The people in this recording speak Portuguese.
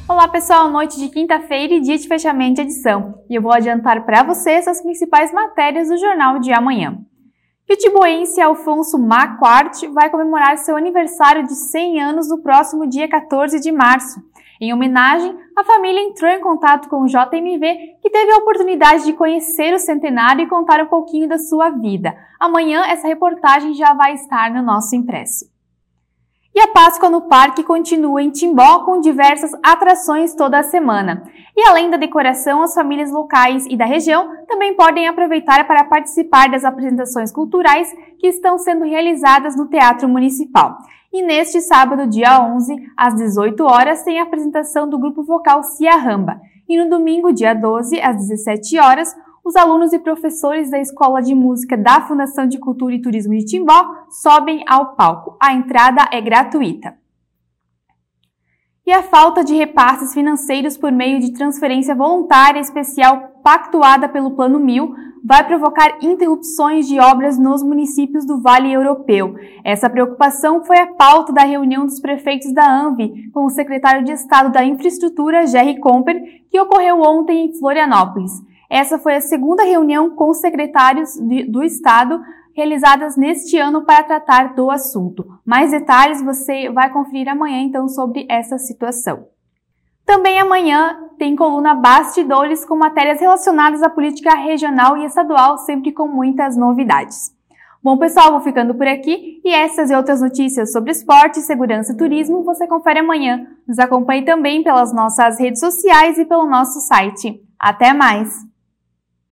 Olá pessoal, noite de quinta-feira e dia de fechamento de edição. E eu vou adiantar para vocês as principais matérias do jornal de amanhã. O itiboense Alfonso Maquart vai comemorar seu aniversário de 100 anos no próximo dia 14 de março. Em homenagem, a família entrou em contato com o JMV, que teve a oportunidade de conhecer o centenário e contar um pouquinho da sua vida. Amanhã essa reportagem já vai estar no nosso impresso. E a Páscoa no Parque continua em Timbó com diversas atrações toda a semana. E além da decoração, as famílias locais e da região também podem aproveitar para participar das apresentações culturais que estão sendo realizadas no Teatro Municipal. E neste sábado, dia 11, às 18 horas, tem a apresentação do grupo vocal Ciarramba. E no domingo, dia 12, às 17 horas, os alunos e professores da Escola de Música da Fundação de Cultura e Turismo de Timbó sobem ao palco. A entrada é gratuita. E a falta de repasses financeiros por meio de transferência voluntária especial pactuada pelo Plano 1000 vai provocar interrupções de obras nos municípios do Vale Europeu. Essa preocupação foi a pauta da reunião dos prefeitos da ANVI com o secretário de Estado da Infraestrutura, Gerry Comper, que ocorreu ontem em Florianópolis. Essa foi a segunda reunião com os secretários do Estado realizadas neste ano para tratar do assunto. Mais detalhes você vai conferir amanhã, então, sobre essa situação. Também amanhã tem coluna Bastidores com matérias relacionadas à política regional e estadual, sempre com muitas novidades. Bom, pessoal, vou ficando por aqui e essas e outras notícias sobre esporte, segurança e turismo você confere amanhã. Nos acompanhe também pelas nossas redes sociais e pelo nosso site. Até mais!